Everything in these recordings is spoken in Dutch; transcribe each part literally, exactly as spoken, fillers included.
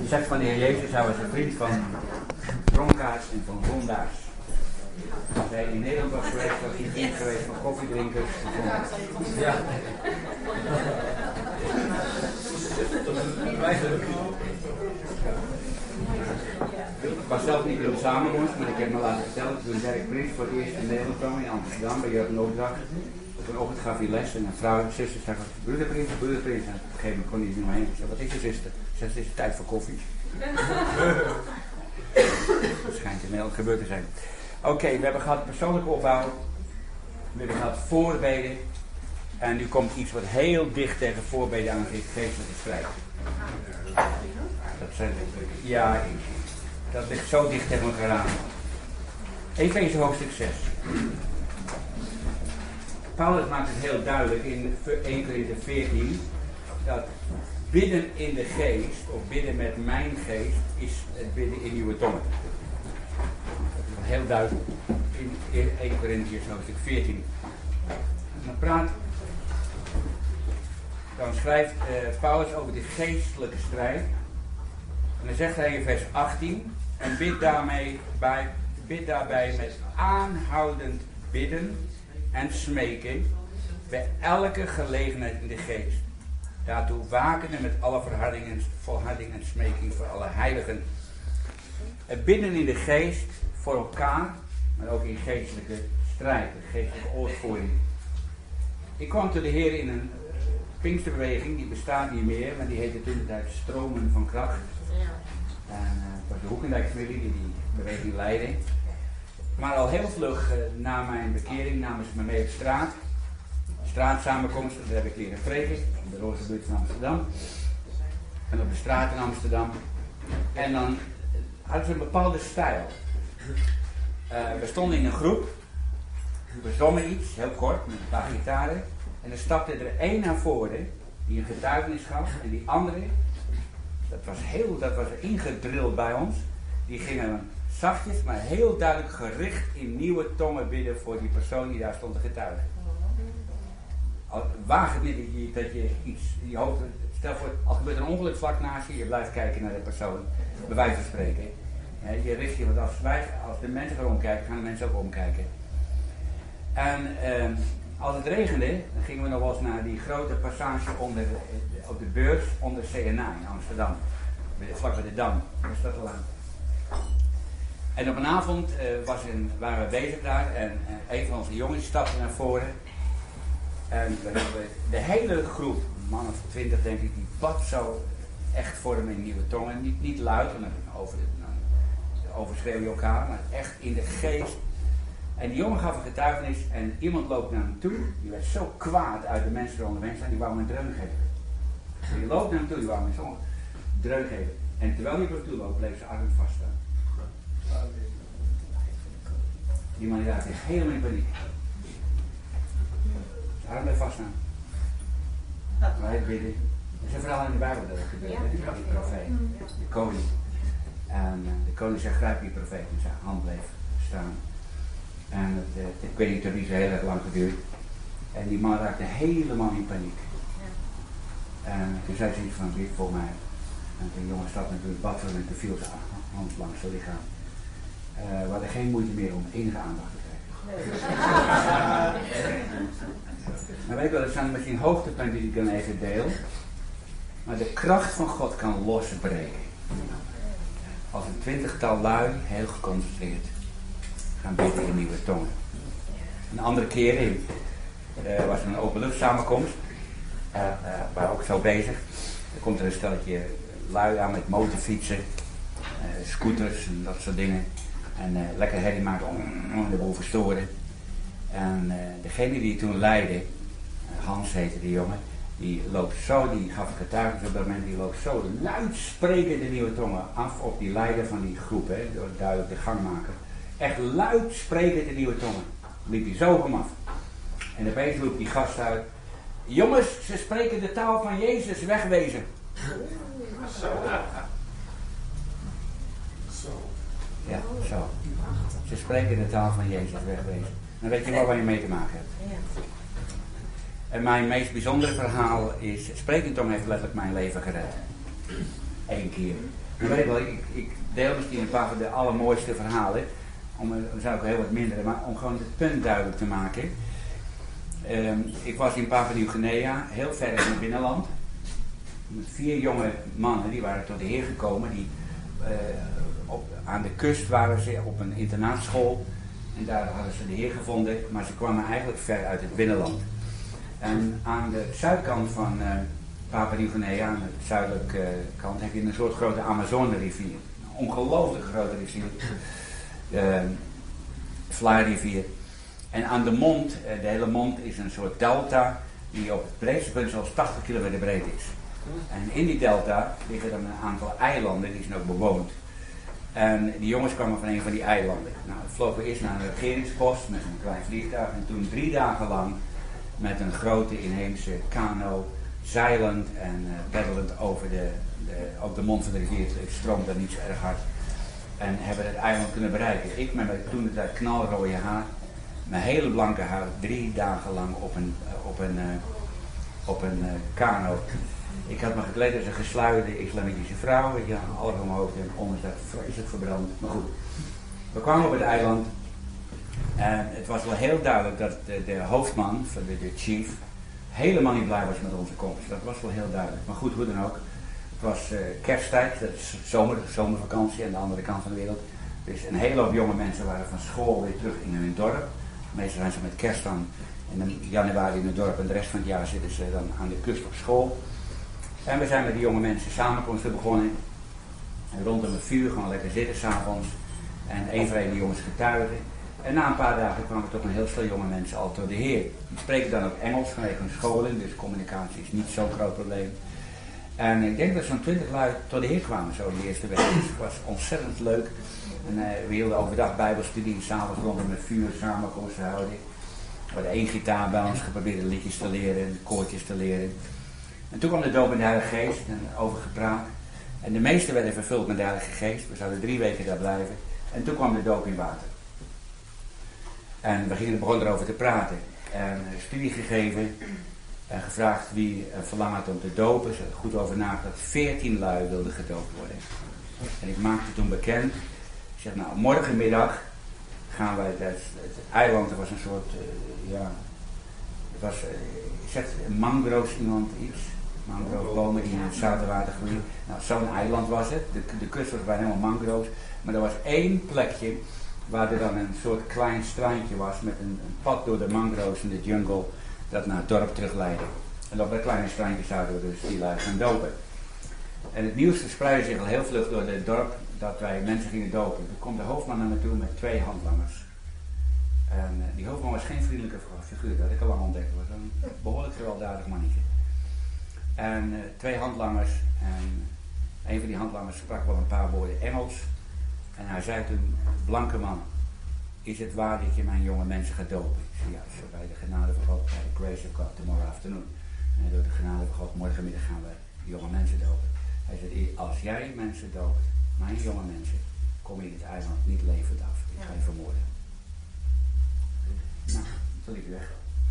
zegt van de Heer Jezus, hij was een vriend van dronkaards en van zondaars. Als hij in Nederland was geweest, was hij vriend geweest van koffiedrinkers. Ja. Ik was zelf niet in de samenkomst, maar ik heb me laten vertellen. Toen Dirk Prins voor het eerst in Nederland kwam, in Amsterdam, bij Jurgen Opdracht. Op een ochtend gaf hij les en een vrouw en een zuster zei: broeder Prins, broeder Prins. En op een gegeven moment kon hij er niet meer heen. Ik zei: wat is er, zuster? Ze zei: het is tijd voor koffie. Dat schijnt in Nederland gebeurd te zijn. Oké, okay, we hebben gehad persoonlijke opbouw. We hebben gehad voorbeden. En nu komt iets wat heel dicht tegen voorbeden aan zit: geestelijke strijd. Dat zijn, ja, dat ligt zo dicht tegen elkaar aan. Efeze hoofdstuk zes. Paulus maakt het heel duidelijk in eerste Korinthe veertien dat bidden in de geest, of bidden met mijn geest, is het bidden in nieuwe tongen. Dat is heel duidelijk in eerste Korinthe hoofdstuk veertien. Dan praat, dan schrijft uh, Paulus over de geestelijke strijd. En dan zegt hij in vers achttien, en bid, daarmee bij, bid daarbij met aanhoudend bidden en smeken bij elke gelegenheid in de geest. Daartoe wakende met alle verharding, volharding en smeking voor alle heiligen. Het bidden in de geest voor elkaar, maar ook in geestelijke strijd, geestelijke oorvoering. Ik kwam tot de Heer in een Pinksterbeweging, die bestaat niet meer, maar die heette toen de tijd Stromen van Kracht. En uh, het was de Hoekendijk-familie die die beweging leidde. Maar al heel vlug uh, na mijn bekering namen ze me mee op straat. Straatsamenkomsten, daar heb ik leren preken, in de Rozenbuurt van Amsterdam. En op de straat in Amsterdam. En dan hadden ze een bepaalde stijl. Uh, we stonden in een groep. We zongen iets, heel kort, met een paar gitaren. En er stapte er één naar voren, die een getuigenis gaf. En die andere, dat was heel, dat was ingedrild bij ons. Die gingen zachtjes, maar heel duidelijk gericht in nieuwe tongen bidden voor die persoon die daar stond te getuigen. Waag het niet dat je, dat je iets in je hoofd... Stel voor, als gebeurt een ongeluk vlak naast je, je blijft kijken naar de persoon. Bij wijze van spreken. Ja, je richt je, want als, wij, als de mensen gaan omkijken, gaan de mensen ook omkijken. En eh, als het regende, dan gingen we nog wel eens naar die grote passage onder, op de beurs onder C N A in Amsterdam. Vlak bij de Dam. Dat is dat al aan. En op een avond uh, was een, waren we bezig daar en uh, een van onze jongens stapte naar voren. En we hebben de hele groep, man of twintig denk ik, die bad zo echt voor hem in nieuwe tongen. Niet, niet luid, want dan over, overschreeuw je elkaar, maar echt in de geest. En die jongen gaf een getuigenis en iemand loopt naar hem toe. Die werd zo kwaad uit de mensen die onderweg zijn, die wou hem een dreun geven. Die loopt naar hem toe, die wou hem zo'n dreun geven. En terwijl hij op hem toe loopt, bleef zijn arm vaststaan. Die man raakte helemaal in paniek. Zijn arm bleef vaststaan. Wij bidden. Er is een verhaal in de Bijbel dat het gebeurt, ja. Die profeet, de koning. En uh, de koning zei: grijp die profeet, en zijn hand bleef staan. En het, uh, ik weet niet, het heeft niet zo heel erg lang geduurd. En die man raakte helemaal in paniek. En toen zei ze iets van: bid voor mij. En de jongen stapte natuurlijk bad en toen viel zijn hand langs zijn lichaam. Uh, we hadden geen moeite meer om enige aandacht te krijgen. Maar weet je wel, dat zijn misschien hoogtepunten die ik dan even deel. Maar de kracht van God kan losbreken. Als een twintigtal lui, heel geconcentreerd, gaan bidden in nieuwe tongen. Een andere keer in, uh, was er een openluchtsamenkomst. Uh, uh, we waren ook zo bezig. Er komt er een stelletje lui aan met motorfietsen, uh, scooters en dat soort dingen. En uh, lekker herrie maken om, om de boel verstoren. En uh, degene die toen leidde, uh, Hans heette die jongen, die loopt zo, die gaf getuigenis op dat moment, die loopt zo luidsprekend de nieuwe tongen af op die leider van die groep, hè, door duidelijk de gangmaker. Echt luidsprekend de nieuwe tongen. Liep hij zo op hem af. En opeens roept die gast uit: jongens, ze spreken de taal van Jezus, wegwezen. Zo. Ja, zo. Ze spreken de taal van Jezus, wegwezen. Dan weet je wel waar je mee te maken hebt. En mijn meest bijzondere verhaal is: sprekentong heeft letterlijk mijn leven gered. Eén keer. Dan weet ik wel, ik, ik deel misschien een paar van de allermooiste verhalen. Om, er zijn ook heel wat minder, maar om gewoon het punt duidelijk te maken. Um, ik was in Papua Nieuw-Guinea, heel ver in het binnenland. Met vier jonge mannen, die waren tot de Heer gekomen. Die, uh, op, aan de kust waren ze op een internaatschool. En daar hadden ze de Heer gevonden, maar ze kwamen eigenlijk ver uit het binnenland. En aan de zuidkant van uh, Papua Nieuw-Guinea, aan de zuidelijke uh, kant, heb je een soort grote Amazone-rivier. Een ongelooflijk grote rivier. Uh, Vlaai-rivier. En aan de mond, uh, de hele mond is een soort delta die op het breedste punt zelfs tachtig kilometer breed is. En in die delta liggen dan een aantal eilanden, die zijn ook bewoond. En die jongens kwamen van een van die eilanden. Nou, we vlogen eerst naar een regeringspost met een klein vliegtuig en toen drie dagen lang met een grote inheemse kano, zeilend en uh, peddelend over de, de, op de mond van de rivier. Het stroomt daar niet zo erg hard. En hebben het eiland kunnen bereiken. Ik met mijn toen het daar knalrode haar, mijn hele blanke haar, drie dagen lang op een, uh, op een, uh, op een uh, kano. Ik had me gekleed als een gesluierde islamitische vrouw, weet je, alles om mijn hoofd en onder dat vreselijk verbrand. Maar goed, we kwamen op het eiland en het was wel heel duidelijk dat de, de hoofdman, van de, de chief, helemaal niet blij was met onze komst. Dat was wel heel duidelijk. Maar goed, hoe dan ook. Het was uh, kersttijd, dat is zomer, zomervakantie aan de andere kant van de wereld. Dus een hele hoop jonge mensen waren van school weer terug in hun dorp. Meestal zijn ze met kerst dan in januari in het dorp en de rest van het jaar zitten ze dan aan de kust op school. En we zijn met die jonge mensen samenkomsten begonnen. En rondom het vuur gewoon lekker zitten s'avonds. En één voor één de jongens getuigen. En na een paar dagen kwamen toch een heel veel jonge mensen al tot de Heer. Die spreken dan ook Engels vanwege hun scholing, dus communicatie is niet zo'n groot probleem. En ik denk dat zo'n twintig lui tot de Heer kwamen zo in de eerste week. Dus het was ontzettend leuk. En uh, we hielden overdag bijbelstudie en s'avonds rondom het vuur samenkomsten houden. We hadden één gitaar bij ons, geprobeerd liedjes te leren, koortjes te leren. En toen kwam de doop in de Heilige Geest en over gepraat. En de meesten werden vervuld met de Heilige Geest. We zouden drie weken daar blijven. En toen kwam de doop in water. En we gingen begonnen erover te praten. En studie gegeven. En gevraagd wie verlangt had om te dopen. Ze hadden goed over nagedacht. Veertien lui wilden gedoopt worden. En ik maakte toen bekend. Ik zeg, nou, morgenmiddag gaan wij, het, het eiland, er was een soort, uh, ja, het was, uh, zegt mangroves iemand iets? Mangrovenbomen die in het zoutwater groeien. Nou, zo'n eiland was het. De, de kust was bijna helemaal mangroves. Maar er was één plekje waar er dan een soort klein strandje was met een, een pad door de mangroves in de jungle dat naar het dorp terugleidde. En op dat kleine strandje zouden we dus die lui gaan dopen. En het nieuws verspreidde zich al heel vlug door het dorp dat wij mensen gingen dopen. Er komt de hoofdman naar me toe met twee handlangers. En uh, die hoofdman was geen vriendelijke figuur, dat had ik al lang ontdekt. Het was een behoorlijk gewelddadig mannetje. En uh, twee handlangers. En een van die handlangers sprak wel een paar woorden Engels. En hij zei toen, blanke man, is het waar dat je mijn jonge mensen gaat dopen? Ik zei, ja, zo bij de genade van God, bij the grace of God, tomorrow afternoon. En door de genade van God, morgenmiddag gaan wij jonge mensen dopen. Hij zei, als jij mensen doopt, mijn jonge mensen, kom je in het eiland niet levend af. Ik ga je vermoorden. Nou, toen liep hij weg.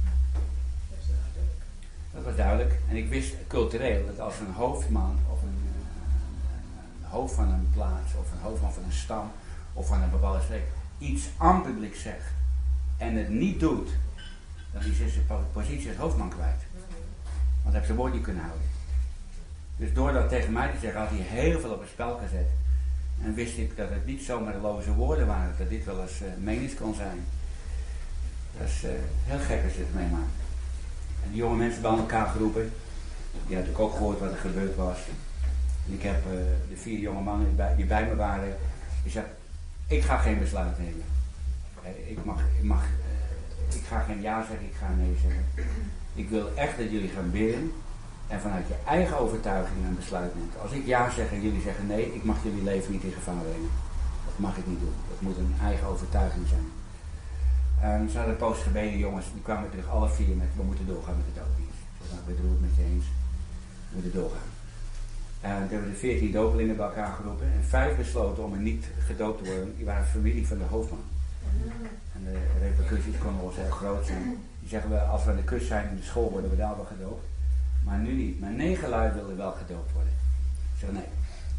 Dat was duidelijk. En ik wist cultureel dat als een hoofdman of een, een, een hoofd van een plaats of een hoofdman van een stam of van een bepaalde streek iets aan het publiek zegt en het niet doet, dan is hij zijn positie als hoofdman kwijt. Want hij heeft zijn woord niet kunnen houden. Dus door dat tegen mij te zeggen had hij heel veel op het spel gezet. En wist ik dat het niet zomaar loze woorden waren, dat dit wel eens uh, menens kon zijn. Dat is uh, heel gek als je het meemaakt. En die jonge mensen bij elkaar geroepen. Die had ik ook gehoord wat er gebeurd was. En ik heb uh, de vier jonge mannen die bij, die bij me waren. Die zei, ik ga geen besluit nemen. Uh, ik, mag, ik, mag, uh, ik ga geen ja zeggen, ik ga nee zeggen. Ik wil echt dat jullie gaan bidden. En vanuit je eigen overtuiging een besluit neemt. Als ik ja zeg en jullie zeggen nee, ik mag jullie leven niet in gevaar brengen. Dat mag ik niet doen. Dat moet een eigen overtuiging zijn. En ze hadden een poos gebeden, jongens, die kwamen terug alle vier met, we moeten doorgaan met de doopdienst. Ik zei, nou, ik ben het met je eens. We moeten doorgaan. En toen hebben we de veertien dopelingen bij elkaar geroepen. En vijf besloten om er niet gedoopt te worden. Die waren familie van de hoofdman. En de repercussies konden wel eens heel groot zijn. Die zeggen we, als we aan de kust zijn in de school worden we daar wel gedoopt. Maar nu niet. Maar negen lui wilden wel gedoopt worden. Ik zeg nee.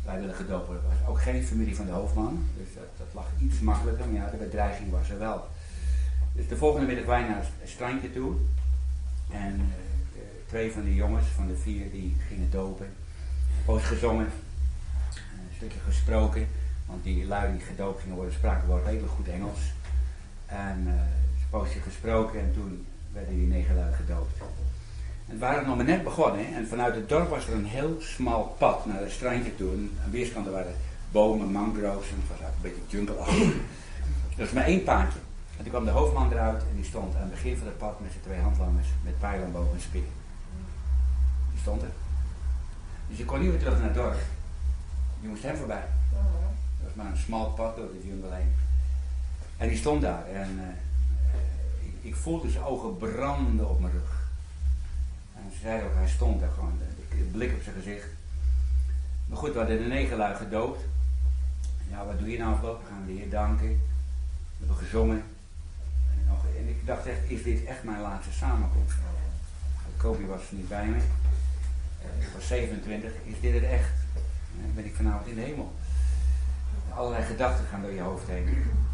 wij willen gedoopt worden. Het was ook geen familie van de hoofdman, dus dat, dat lag iets makkelijker, maar ja, de bedreiging was er wel. Dus de volgende middag wij naar het strandje toe. En uh, twee van de jongens, van de vier, die gingen dopen. Poos gezongen, een stukje gesproken, want die lui die gedoopt gingen worden spraken wel redelijk goed Engels. En uh, een poosje gesproken en toen werden die negen lui gedoopt. En het waren nog maar net begonnen en vanuit het dorp was er een heel smal pad naar het strandje toe. En aan weerskanten waren bomen, mangroves en het was eigenlijk een beetje jungle-achtig. Er was maar één paadje. En toen kwam de hoofdman eruit en die stond aan het begin van het pad met zijn twee handlangers met pijlen boven een speer. Die stond er. Dus je kon niet weer terug naar het dorp. Je moest hem voorbij. Dat was maar een smal pad door de jungle heen. En die stond daar en uh, ik, ik voelde zijn ogen branden op mijn rug. En ze zeiden ook, hij stond daar gewoon, de blik op zijn gezicht. Maar goed, we hadden de negen lui gedoopt. Ja, wat doe je nou afloop? We gaan de Heer danken. We hebben gezongen. En, nog, en ik dacht echt, is dit echt mijn laatste samenkomst? Kobi was niet bij me. Ik was zevenentwintig. Is dit het echt? Dan ben ik vanavond in de hemel. Allerlei gedachten gaan door je hoofd heen.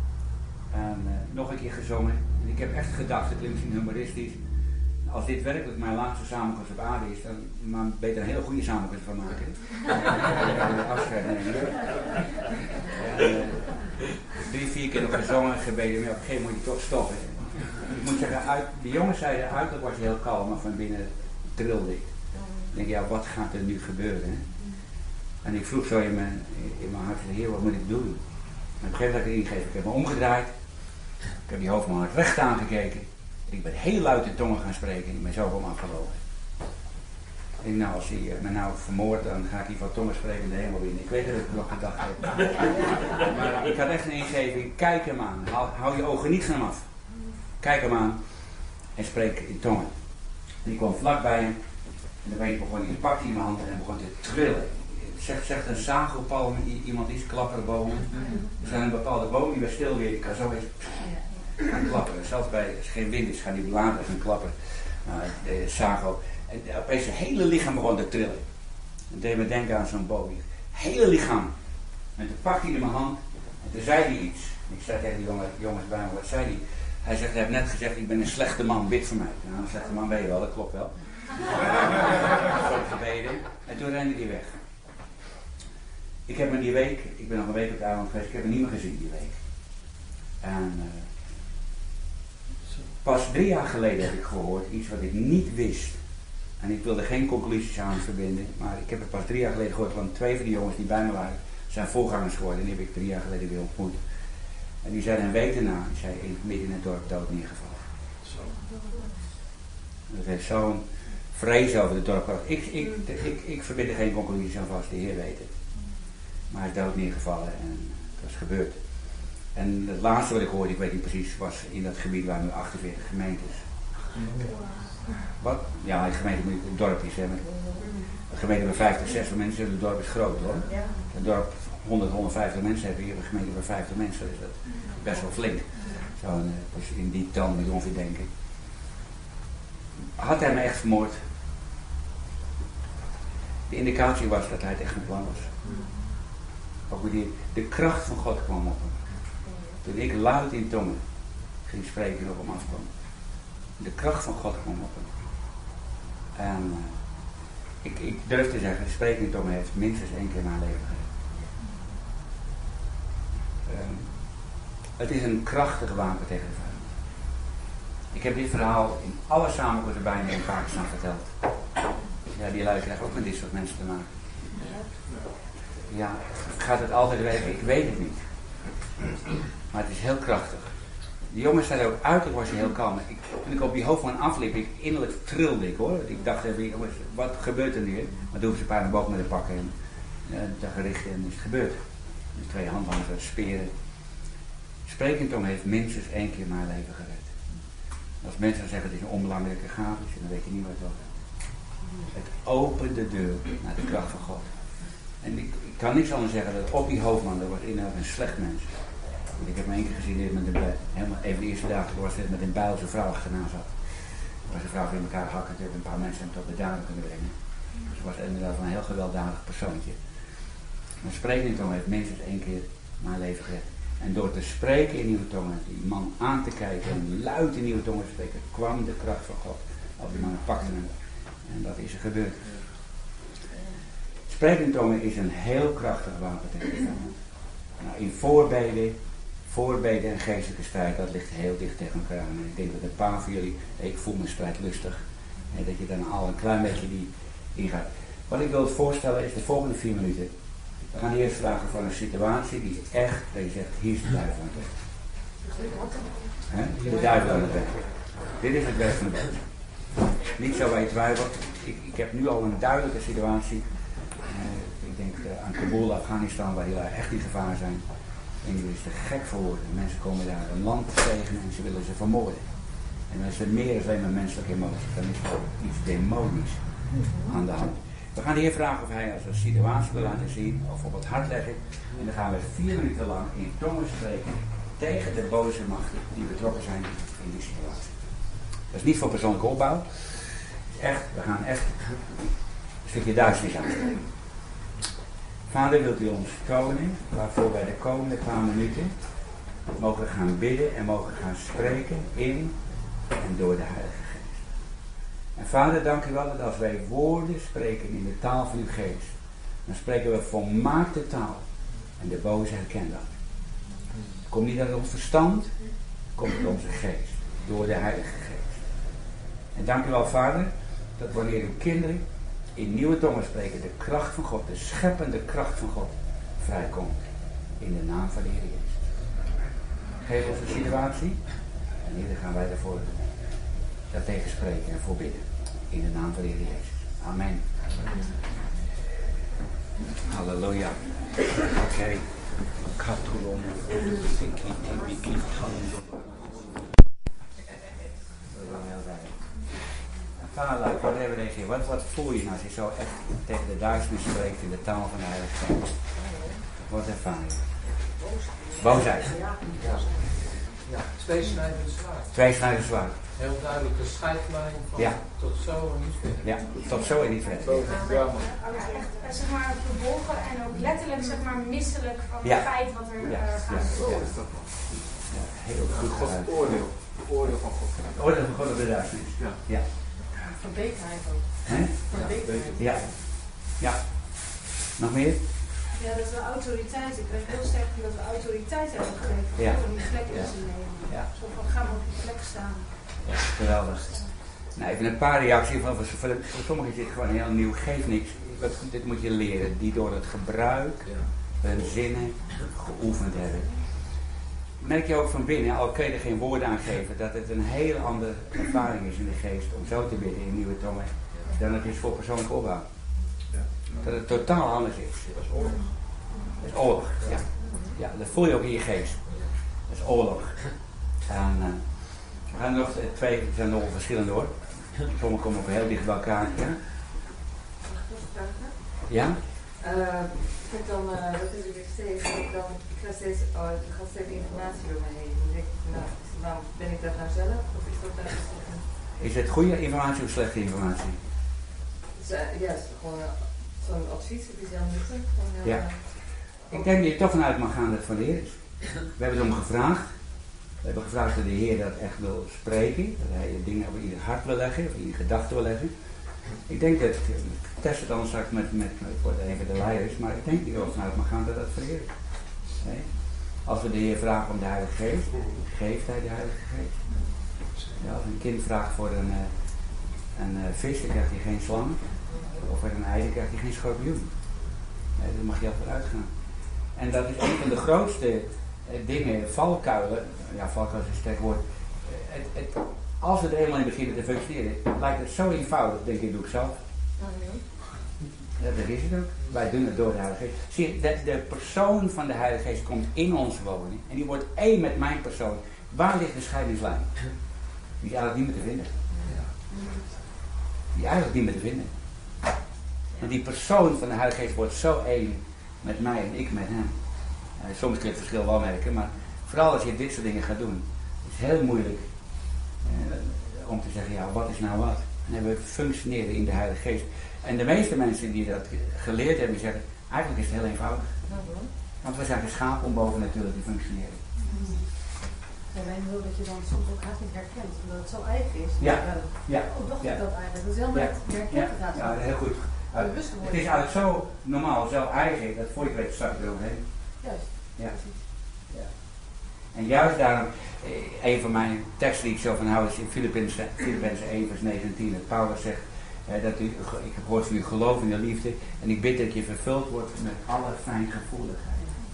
En uh, nog een keer gezongen. En ik heb echt gedacht, het klinkt misschien humoristisch. Als dit werkelijk mijn laatste samenkomst op aarde is, dan maar beter een hele goede samenkomst van maken. En afscheid nemen. En, uh, drie, vier keer nog gezongen, gebeden, maar op een gegeven moment moet je toch stoppen. Ik moet zeggen, uit, de jongens zeiden uiterlijk was hij heel kalm, maar van binnen trilde ik. Ik denk, ja, wat gaat er nu gebeuren? Hè? En ik vroeg zo in mijn, in mijn hart, Heer, wat moet ik doen? En op een gegeven moment heb ik ingegeven, ik heb me omgedraaid. Ik heb die hoofdman recht aangekeken. Ik ben heel luid in tongen gaan spreken en ik ben zo om afgelopen. Ik denk, nou, als hij me nou vermoordt, dan ga ik hier van tongen spreken in de hemel in. Ik weet dat ik het nog gedacht heb. Maar ik had echt een ingeving, kijk hem aan. Hou, hou je ogen niet van hem af. Kijk hem aan en spreek in tongen. En ik kwam vlakbij hem en dan begon hij, pakte hij in mijn hand en begon te trillen. Zegt, zegt een zagelpalm iemand iets, klapperbomen. Er zijn een bepaalde boom die weer stil weer, ik kan zo eens gaan klapperen. Zelfs bij, als er geen wind is, gaan die bladeren gaan klapperen. Nou, de zagel. En opeens zijn hele lichaam begon te trillen. Dat deed me denken aan zo'n boom. Hele lichaam. En toen pakte hij in mijn hand en toen zei hij iets. En ik zei tegen die jongen, jongens bij me, wat zei hij? Hij zegt, hij heeft net gezegd, ik ben een slechte man, bid voor mij. Nou, een slechte man ben je wel, dat klopt wel. Zo gebeden. En toen rende hij weg. Ik heb me die week, ik ben nog een week op het eiland geweest, ik heb hem niet meer gezien die week. En uh, pas drie jaar geleden heb ik gehoord iets wat ik niet wist. En ik wilde geen conclusies aan verbinden, maar ik heb het pas drie jaar geleden gehoord van twee van die jongens die bij me waren, zijn voorgangers geworden. En die heb ik drie jaar geleden weer ontmoet. En die zei een week daarna, die zei ik midden in het dorp dood neergevallen. Zo. Dat heeft zo'n vrees over het dorp gehad. Ik, ik, ik, ik verbind er geen conclusies aan vast, de Heer weet het. Maar hij is dood neergevallen en dat is gebeurd. En het laatste wat ik hoorde, ik weet niet precies, was in dat gebied waar nu achtenveertig gemeentes. Wat? Ja, het gemeente moet het dorp is. Hè. De gemeente met vijftig, zestig mensen, het dorp is groot hoor. Het dorp honderd, honderdvijftig mensen hebben, hier een gemeente met vijftig mensen, dus dat is best wel flink. Zo, dus in die toon moet je ongeveer denken. Had hij me echt vermoord? De indicatie was dat hij het echt van plan was. Ook die, de kracht van God kwam op hem. Toen ik luid in tongen ging spreken en op hem afkwam. De kracht van God kwam op hem. En uh, ik, ik durf te zeggen, spreken in tongen heeft minstens één keer mijn leven gered. Um, het is een krachtig wapen tegen de vijand. Ik heb dit verhaal in alle samenkomsten bijna in Pakistan verteld. Ja, die lui krijgen ook met dit soort mensen te maken. Ja, gaat het altijd werken? Ik weet het niet. Maar het is heel krachtig. De jongens zeiden ook, uiterlijk was je heel kalm. Ik, toen ik op die hoofdman afliep, ik, innerlijk trilde ik hoor. Ik dacht even, jongens, wat gebeurt er nu? Maar toen hoefden ze een paar boven met te pakken en uh, te gerichten en is het gebeurd. Dus twee handlangers uit speren. Spreken in tongen heeft minstens één keer mijn leven gered. Als mensen dan zeggen, het is een onbelangrijke gave, dan weet je niet wat het was. Het opent de deur naar de kracht van God. En ik, ik kan niks anders zeggen dat op die hoofdman, dat was inderdaad een slecht mens. Want ik heb me één keer gezien met een bijl, helemaal even de eerste dagen was het met een bijl zijn vrouw achterna zat. Er was een vrouw die in elkaar hakken, en een paar mensen hem tot bedaren kunnen brengen. Dus het was inderdaad een heel gewelddadig persoontje. Maar spreken in tongen heeft minstens één keer mijn leven gered. En door te spreken in nieuwe tongen, die man aan te kijken en luid in nieuwe tongen te spreken, kwam de kracht van God op die man en pakte hem. En dat is er gebeurd. Spreken in tongen is een heel krachtig wapen tegen de vijand. Nou, in voorbeden, voorbeden en geestelijke strijd, dat ligt heel dicht tegen elkaar aan. En ik denk dat een paar van jullie, ik voel mijn strijd lustig, en dat je dan al een klein beetje die ingaat. Wat ik wil voorstellen is de volgende vier minuten. We gaan eerst vragen van een situatie die echt, dat je zegt, hier is de duivel aan het werk. He? De duivel aan het werk. Dit is het werk van de boos. Niet zo waar je twijfelt. Ik, ik heb nu al een duidelijke situatie. Uh, ik denk uh, aan Kabul, Afghanistan, waar jullie echt in gevaar zijn. En jullie is te gek voor woorden. Mensen komen daar een land tegen en ze willen ze vermoorden. En dan is er meer dan alleen maar menselijke emotie. Dan is er ook iets demonisch aan de hand. We gaan de Heer vragen of hij als een situatie wil laten zien of op het hart leggen. En dan gaan we vier minuten lang in tongen spreken tegen de boze machten die betrokken zijn in die situatie. Dat is niet voor persoonlijke opbouw. Echt, we gaan echt een stukje duisternis aanspreken. Vader, wilt u ons tonen waarvoor wij de komende paar minuten mogen gaan bidden en mogen gaan spreken in en door de Heilige Geest. En Vader, dank u wel dat als wij woorden spreken in de taal van uw geest, dan spreken we volmaakte taal. En de boze herkent dat. Het komt niet uit ons verstand, het komt uit onze geest, door de Heilige Geest. En dank u wel, Vader, dat wanneer uw kinderen in nieuwe tongen spreken, de kracht van God, de scheppende kracht van God, vrijkomt. In de naam van de Heer Jezus. Geef ons een situatie en hier gaan wij daarvoor daartegen spreken en voor bidden. In de naam van de Heer Jezus. Amen. Halleluja. Oké. Okay. Vader, wat hebben we deze? Wat, wat voel je nou als je zo echt tegen de duisternis spreekt in de taal van de Heilige Geest? Wat ervaar je? Boosheid. Ja. Ja, twee snijdende zwaard. Twee snijdende zwaard. Heel duidelijk de scheidlijn van ja. tot zo en niet verder. Ja, tot zo en niet verder. Ja, echt zeg maar verbolgen en ook letterlijk zeg maar misselijk van ja. het feit wat er ja. uh, gaat gebeuren. Ja. Ja, heel goed. Gods oordeel. Het oordeel van God. Het oordeel van God op de duisternis. Ja. Ja. Verbeterheid ook. Hè? Verbeterheid. Ja. Ja. Nog meer? Ja, dat we autoriteit, ik weet heel sterk dat we autoriteit hebben gegeven ja. om die plek in ja. te nemen. Ja. Zo van, ga maar op die plek staan. Ja, geweldig. Nou, even een paar reacties. Van, voor, voor, voor sommigen is dit gewoon heel nieuw, geeft niks. Dit moet je leren, die door het gebruik hun zinnen geoefend hebben. Merk je ook van binnen, al kun je er geen woorden aan geven, dat het een heel andere ervaring is in de geest om zo te bidden in nieuwe tongen dan het is voor persoonlijke opbouw. Dat het totaal anders is. Dat is oorlog. Dat is oorlog, ja. Ja, dat voel je ook in je geest. Dat is oorlog. En, uh, we gaan nog twee, er zijn nog verschillende hoor. Sommigen komen ook heel dicht bij elkaar. Ja? Ja? Uh, ik heb dan, uh, dat is ik steeds, dan, ik ga steeds, oh, er gaat steeds informatie door me heen. Dan denk ik, nou, nou, ben ik dat nou zelf? Of is dat nou Is het goede informatie of slechte informatie? Dus, uh, ja, het is gewoon uh, zo'n advies, het is heel nuttig. Uh, ja. Ik denk dat je er toch vanuit mag gaan dat het van de Heer is. We hebben het om gevraagd. We hebben gevraagd dat de Heer dat echt wil spreken. Dat hij dingen op ieder hart wil leggen, of ieder gedachte wil leggen. Ik denk dat, ik test het dan straks met, met, met een van de leiders, maar ik denk dat je er vanuit mag gaan dat dat van de Heer is. Nee? Als we de Heer vragen om de Heilige Geest, geeft hij de Heilige Geest. Ja, als een kind vraagt voor een, een, een vis, dan krijgt hij geen slang. Of voor een ei, dan krijgt hij geen schorpioen. Nee, daar mag je al vooruit gaan. En dat is een van de grootste eh, dingen, valkuilen. Ja, valkuilen is een sterk woord. Eh, het, het, als we er eenmaal in beginnen te functioneren, lijkt het zo eenvoudig. Denk ik, doe ik zelf. Ja, dat is het ook. Wij doen het door de Heilige Geest. Zie je, de, de persoon van de Heilige Geest komt in ons wonen. En die wordt één met mijn persoon. Waar ligt de scheidingslijn? Die is eigenlijk niet meer te vinden. Die is eigenlijk niet meer te vinden. Want die persoon van de Heilige Geest wordt zo één met mij en ik met hem. Uh, soms kun je het verschil wel merken, maar vooral als je dit soort dingen gaat doen, is het heel moeilijk uh, om te zeggen, ja, wat is nou wat? En we functioneren in de Heilige Geest. En de meeste mensen die dat geleerd hebben, die zeggen, Eigenlijk is het heel eenvoudig. Want we zijn geschapen om bovennatuurlijk te functioneren. Alleen wil dat je dan soms ook haast niet herkent, omdat het zo eigen is. Ja, ja. Oh, dacht Ja. ik dat eigenlijk? Dat is heel Ja. net herkend Ja, gaat. ja, heel goed. Uh, Bewust het worden. is eigenlijk zo normaal, zo eigen, dat voor je weet start eroverheen. Juist. Ja. Ja. En juist daarom, eh, een van mijn teksten die ik zo van hou is in Filippenzen één vers negen en tien. Dat Paulus zegt, eh, dat u, ik heb gehoord van uw geloof en uw liefde en ik bid dat je vervuld wordt met alle fijngevoeligheid.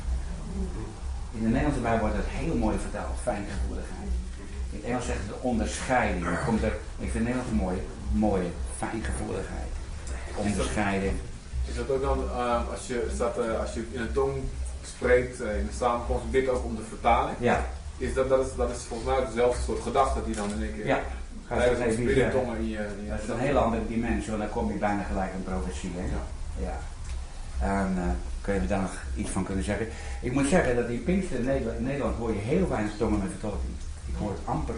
In de Nederlandse Bijbel wordt dat heel mooi vertaald, fijngevoeligheid. In het Engels zegt het de onderscheiding. Dan komt er, ik vind het Nederlands mooi, mooie, fijngevoeligheid. Onderscheiden. Is dat ook dan, uh, als, je staat, uh, als je in een tong spreekt, uh, in de samenkomst, bidt ook om de vertaling? Ja. Is dat, dat, is, dat is volgens mij dezelfde soort gedachte die dan in één keer... Ja. Ga ik tijdens even het niet bidden zeggen. tongen in je... in je Dat is een hele andere dimensie, want dan kom je bijna gelijk aan profetie. Hè? Ja. Ja. En uh, kun je daar nog iets van kunnen zeggen. Ik moet zeggen dat in Pinkster in Nederland, in Nederland hoor je heel weinig tongen met vertolking. Ik hoor het amper.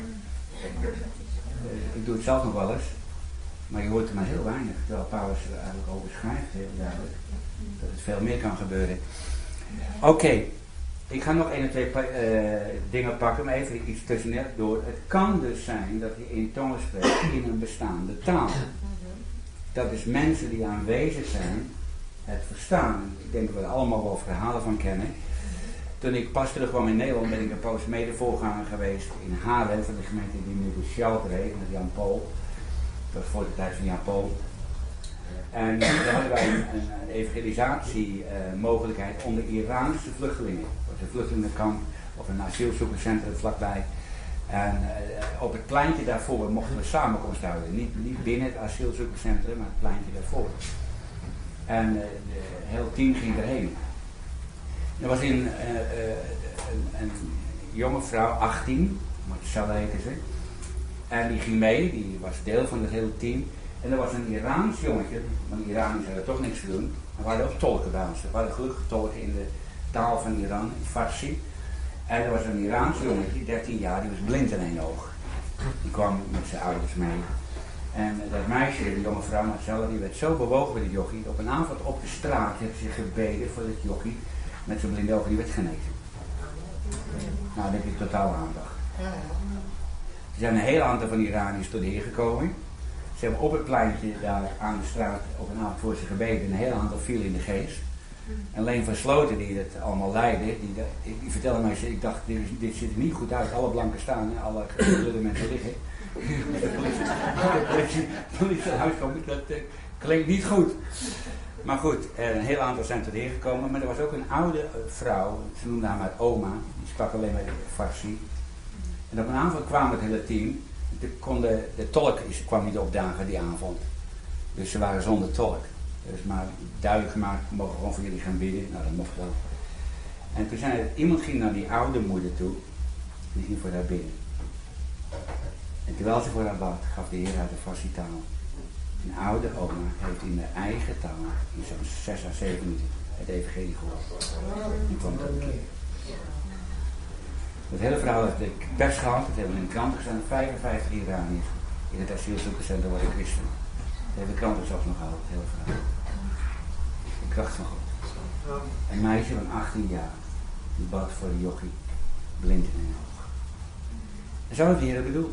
Uh, ik doe het zelf nog wel eens. Maar je hoort er maar heel weinig. Terwijl Paulus er eigenlijk over schrijft, heel duidelijk. Dat het veel meer kan gebeuren. Oké. Okay. Ik ga nog één of twee uh, dingen pakken, maar even iets tussenin door. Het kan dus zijn dat je in tongen spreekt in een bestaande taal. Dat is mensen die aanwezig zijn, het verstaan. Ik denk dat we er allemaal wel verhalen van kennen. Toen ik pas terugkwam in Nederland ben ik een poos medevoorganger geweest in Haarlem van de gemeente die nu de Shelter heeft, met Jan Pool. Dat was voor de tijd van Jan Pool. En daar hadden wij een, een, een evangelisatiemogelijkheid uh, onder Iraanse vluchtelingen. Dat was een vluchtelingenkamp of een asielzoekerscentrum vlakbij. En uh, op het pleintje daarvoor mochten we samenkomst houden. Niet, niet binnen het asielzoekerscentrum, maar het pleintje daarvoor. En uh, het hele team ging erheen. Er was een, uh, uh, een, een jonge vrouw, achttien, Marcella heette ze. En die ging mee, die was deel van het hele team. En er was een Iraans jongetje, want de Iraniërs hadden toch niks te doen. Er waren ook tolken bij ons. Er waren gelukkig tolken in de taal van Iran, in Farsi. En er was een Iraans jongetje, dertien jaar, die was blind in één oog. Die kwam met zijn ouders mee. En dat meisje, de jonge vrouw Marcella, die werd zo bewogen bij het jochie. Op een avond op de straat heeft ze gebeden voor het jochie. Met zijn blinde ogen, die werd genezen. Nou, dan heb je totaal aandacht. Er zijn een heel aantal van Iraniërs tot hier gekomen. Ze hebben op het pleintje daar aan de straat op een avond voor ze gebeden. Een heel aantal viel in de geest. En Leen van Sloten, die het allemaal leidde, die, die, die vertelde mij, ik dacht, dit, dit ziet er niet goed uit. Alle blanken staan en alle gelukkige mensen liggen. De politie, de politie, de politie uitkomen, dat uh, klinkt niet goed. Maar goed, een heel aantal zijn tot hier gekomen. Maar er was ook een oude uh, vrouw, ze noemde haar maar oma, die sprak alleen maar de Farsi. En op een avond kwam het hele team. De, kon de, de tolk is, kwam niet opdagen die avond. Dus ze waren zonder tolk. Dus maar duidelijk gemaakt, we mogen gewoon voor jullie gaan bidden. Nou, dat mocht wel. En toen zei het, iemand ging naar die oude moeder toe. En die ging voor haar bidden. En terwijl ze voor haar bad, gaf de Heer uit de Farsi taal. Een oude oma heeft in haar eigen taal, in zo'n zes à zeven minuten, het evangelie gehoord. Die kwam tot een keer. Het hele verhaal heeft de pers gehad, het hebben we in de krant gestaan, vijfenvijftig Iraniërs in het asielzoekerscentrum worden christen. Dat hebben de kranten zelfs nog gehaald, het hele verhaal. De kracht van God. Een meisje van achttien jaar, die bad voor de jochie, blind in een oog. En zo heeft de Heer bedoeld.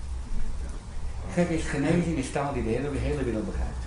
Gek is, genezing is taal die de hele, hele wereld begrijpt.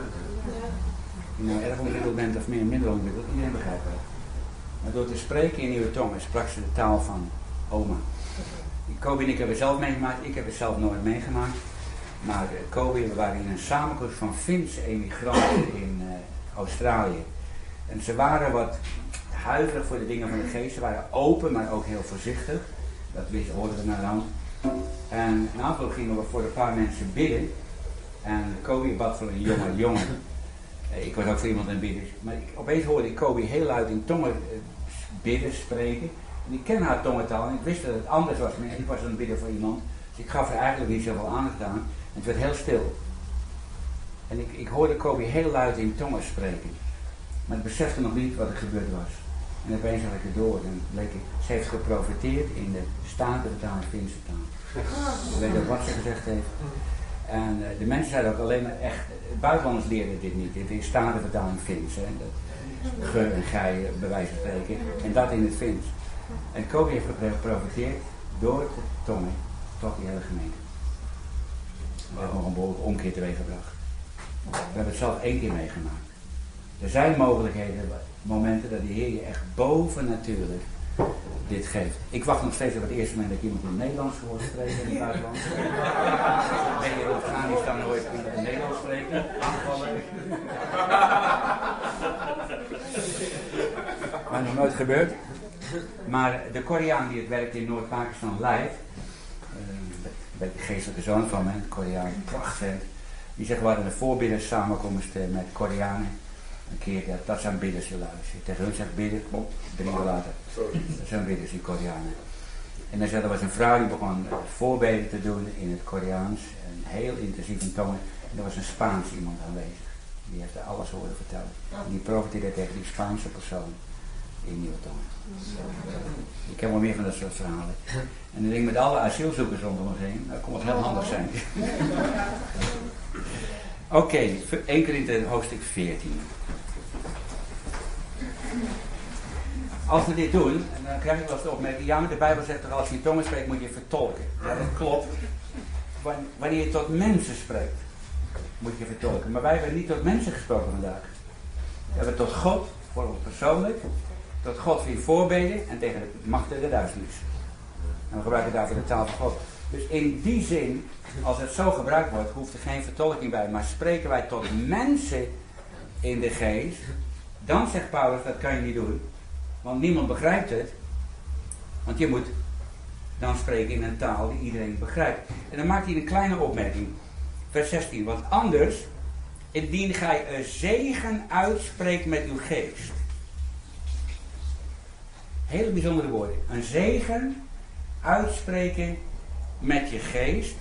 Of je nou erg ontwikkeld bent of meer minder ontwikkeld, iedereen begrijpt dat. Maar door te spreken in nieuwe tongen sprak ze de taal van oma. Kobe en ik hebben het zelf meegemaakt, ik heb het zelf nooit meegemaakt. Maar Kobe, we waren in een samenkomst van Finse emigranten in uh, Australië. En ze waren wat huiverig voor de dingen van de geest. Ze waren open, maar ook heel voorzichtig. Dat wisten, hoorden we naar de hand. En na afloop gingen we voor een paar mensen bidden. En Kobe bad voor een jonge jongen. Ik was ook voor iemand aan het bidden. Maar ik, opeens hoorde ik Kobe heel luid in tongen bidden, spreken. En ik ken haar tongentaal en ik wist dat het anders was. Maar ik was aan het bidden voor iemand. Dus ik gaf er eigenlijk niet zoveel aandacht aan. En het werd heel stil. En ik, ik hoorde Kobe heel luid in tongen spreken. Maar ik besefte nog niet wat er gebeurd was. En opeens had ik het door. En bleek ik, ze heeft geprofiteerd in de Statenvertaal en Finse taal. Ik weet ook wat ze gezegd heeft. En uh, de mensen zeiden ook alleen maar echt, buitenlanders leerden dit niet. Dit is Statenvertaal en Fins. Hè. Dat, ge en gij, bij wijze van spreken. En dat in het Fins. En Kobe heeft geprofiteerd door de tongen tot die hele gemeente. We hebben nog een behoorlijke omkeer teweeggebracht. We hebben het zelf één keer meegemaakt. Er zijn mogelijkheden, momenten dat de Heer je echt bovennatuurlijk dit geeft. Ik wacht nog steeds op het eerste moment dat ik iemand in het Nederlands hoor spreken in het buitenland. Ben je in Afghanistan nooit iemand in het Nederlands spreken? Aanvallen. Maar nog nooit gebeurd. Maar de Koreaan die het werk in Noord-Pakistan leidt, uh, de geestelijke zoon van me, een Koreaan, prachtvent, die zegt we hadden een voorbidderssamenkomst uh, met Koreanen. Een keer, ja, dat zijn bidders, je luistert. Tegen hun zegt bidden, kom, drie uur later. Dat zijn bidders, die Koreanen. En dan zei er was een vrouw die begon uh, voorbeden te doen in het Koreaans. En heel intensief in tongen. En er was een Spaans iemand aanwezig. Die heeft er alles horen vertellen. En die profiteerde tegen die Spaanse persoon in nieuwe tongen. Ik heb wel meer van dat soort verhalen. En dan denk ik met alle asielzoekers rondom ons heen, dat kon wel heel handig zijn. Oké, okay, één keer in het hoofdstuk veertien. Als we dit doen, dan krijg ik wel eens de opmerking, ja, maar de Bijbel zegt toch als je in tongen spreekt moet je vertolken. Ja, dat klopt. Wanneer je tot mensen spreekt, moet je vertolken. Maar wij hebben niet tot mensen gesproken vandaag. We hebben tot God, voor ons persoonlijk, tot God via voorbeden en tegen de machten der duisternis. En we gebruiken daarvoor de taal van God. Dus in die zin, als het zo gebruikt wordt, hoeft er geen vertolking bij. Maar spreken wij tot mensen in de geest, dan zegt Paulus, dat kan je niet doen. Want niemand begrijpt het. Want je moet dan spreken in een taal die iedereen begrijpt. En dan maakt hij een kleine opmerking. Vers zestien. Want anders, indien gij een zegen uitspreekt met uw geest. Hele bijzondere woorden. Een zegen uitspreken met je geest.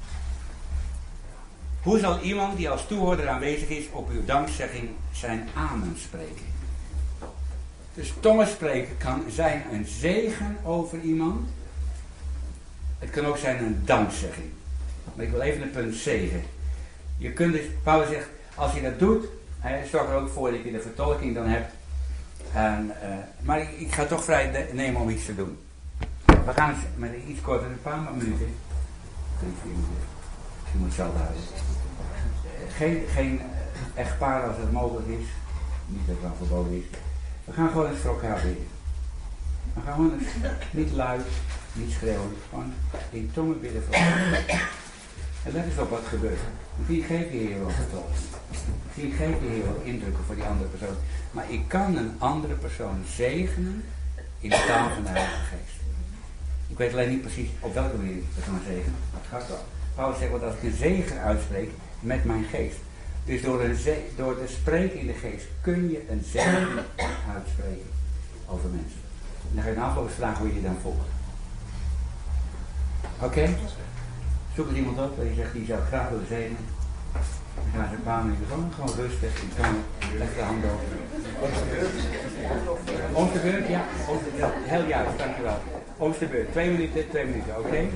Hoe zal iemand die als toehoorder aanwezig is op uw dankzegging zijn amen spreken? Dus tongen spreken kan zijn een zegen over iemand. Het kan ook zijn een dankzegging. Maar ik wil even een punt zegen. Je kunt dus, Paulus zegt, als je dat doet, hij zorgt er ook voor dat je de vertolking dan hebt. En, uh, maar ik, ik ga toch vrij de, nemen om iets te doen. We gaan met iets korter, een paar minuten. Drie, vier minuten. Je moet zelf houden. Geen, geen echtpaar als het mogelijk is. Niet dat het wel verboden is. We gaan gewoon eens voor elkaar bidden. We gaan gewoon eens, niet luid, niet schreeuwen. Gewoon in tongen bidden voor elkaar. En let eens op wat gebeurt. Misschien geef je hier wel vertolking. Misschien geef je hier wel indrukken voor die andere persoon. Maar ik kan een andere persoon zegenen in de taal van de Heilige Geest. Ik weet alleen niet precies op welke manier ik persoon zegenen. Maar het gaat wel. Paulus zegt, want als ik een zegen uitspreek met mijn geest. Dus door, een ze- door te spreken in de geest kun je een zegen uitspreken over mensen. En dan ga je na afloop vragen hoe je je dan voelt. Oké? Okay? Zoek er iemand op en die zegt, die zou ik graag willen zegenen. Dan gaan ze een paar minuten gewoon, gewoon rustig in tongen. Leg de hand over. Om de beurt, ja. Om de beurt. Heel juist, dankjewel. Om de beurt. Twee minuten, twee minuten, oké? Okay?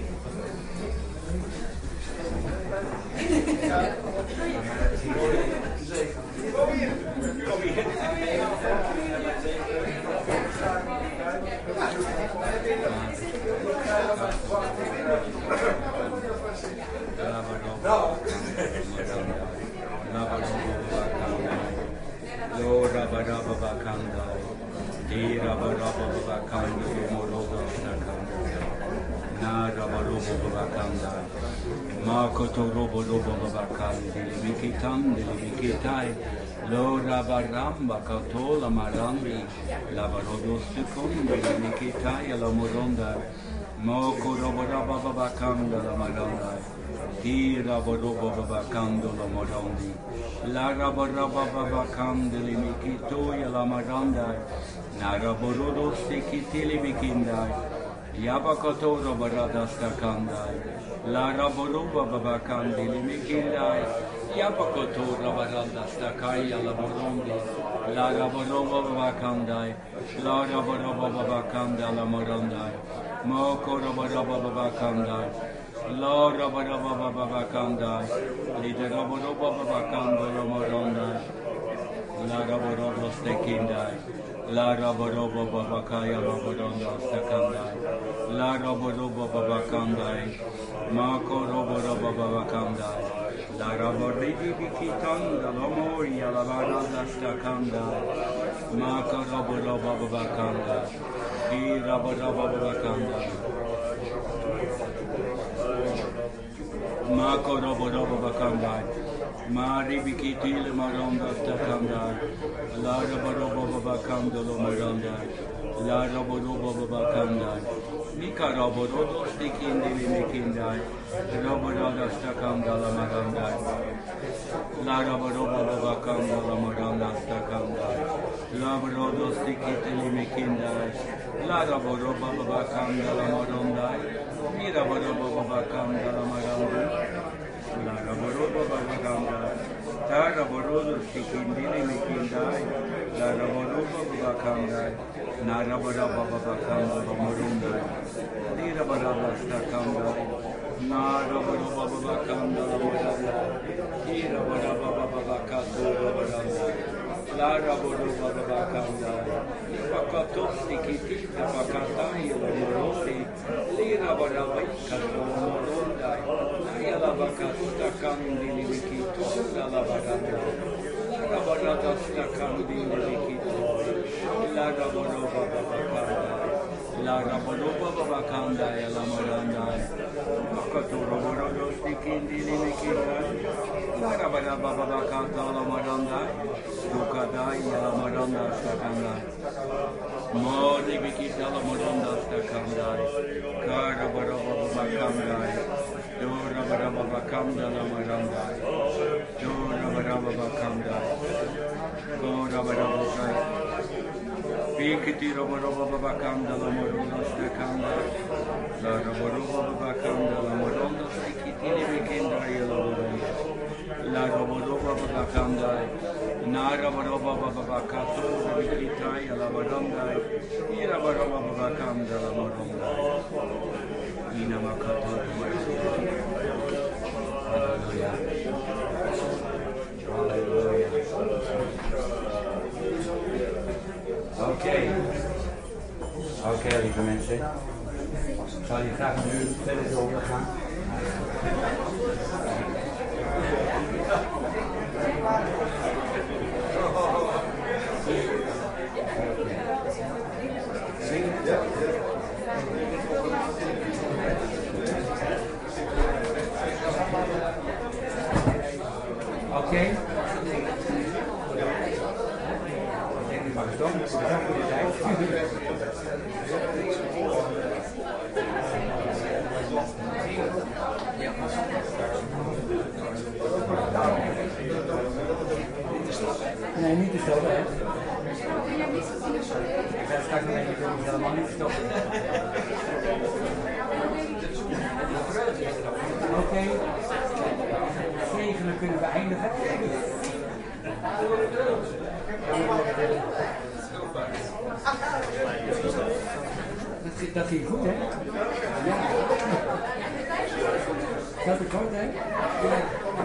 Makoto robo robo babakandi mikitan mikitai lo rabaramba katola marandi lavarodo secondo mikitai la moronda moko robo robo babakanda la maranda ti robo robo babakando la morondi la robo robo babakandi mikito la maranda na robo rodo sekitili mikindai Yabakoto robarada stakandai, la raboruba babakandi limikindai, Yabakoto robarada stakaya la borondi, la raboruba babakandai, la raboruba babakanda la morondai, moko robaruba babakandai, la raboruba babakandai, lida raboruba babakanda la morondai, La Raborobo Stekindai, La Raborobo Babakaya Raboronda Stakandai, La Raborobo Babakandai, Mako Roborobo Babakandai, La Raboridi Bikitanda, Lomoria, La Varanda Stakandai, Mako Roborobo Babakandai, Ki Raborobo Babakandai, Mako Roborobo Babakandai, Mari Bikitile Maronda Stakandai, La Raborobo Babakandalo Marandai, La Raborobo Babakandai, Mika Raborodo Stikindili Mikindai, Raboroda Stakandala Marandai, La Raborobo Babakandala Maranda Stakandai, La Raborodo Stikitili Mikindai, La Raborobo Babakandala Marandai, Mira Raborobo Babakandala Marandai, La Raborobo Babakandai, La Raborodo Stikindili Mikindai, La Raborobo Babakandai, Na Raborobo Babakandala Marandai, Li Raborodo Stakandai, Na Raborobo Babakandala Marandai, Ki Raborobo Babakandala Marandai, La Raborobo Babakandai, Li Bakato Stikiti Babakandai, La Morosi, Li Raborobo Babakandai, La Bakato Kandili Mikito, La Baranda, La Rabarada Stakandili Mikito, La Raborobo Babakandai, La Raborobo Babakandai, La Marandai, Bakato Raborodo Stikindili Mikindai, La Rabaraba Babakandai, La Marandai, Dukadai, La Maranda Stakandai, Mori Bikita, La Maranda Stakandai, Karaborobo Babakandai, Do Rabaraba Babakandai, La Marandai, Do Rabaraba Babakandai, Go Rabaraba Babakandai, Bikiti Raborobo Babakandai, La Maranda Stakandai, La Raborobo Babakandai, La Maranda Stikitili Mikindai, La Maranda, La Raborobo Babakandai, Na Raborobo Babakato, Bikitai, La Marandai, I Raborobo Babakandai, La Marandai, Ina Makato, Hallelujah. Hallelujah. Oké. Okay. Oké, okay, lieve mensen. Ik zal je graag nu verder doorgaan. Oké. Okay. Nee, niet te stoppen, hè? Ik ga straks nog even doen, helemaal niet te stoppen. Oké. Okay. Zegenen kunnen we eindigen. Dat, dat ging goed, hè? Ja. Dat is goed, hè? Ja.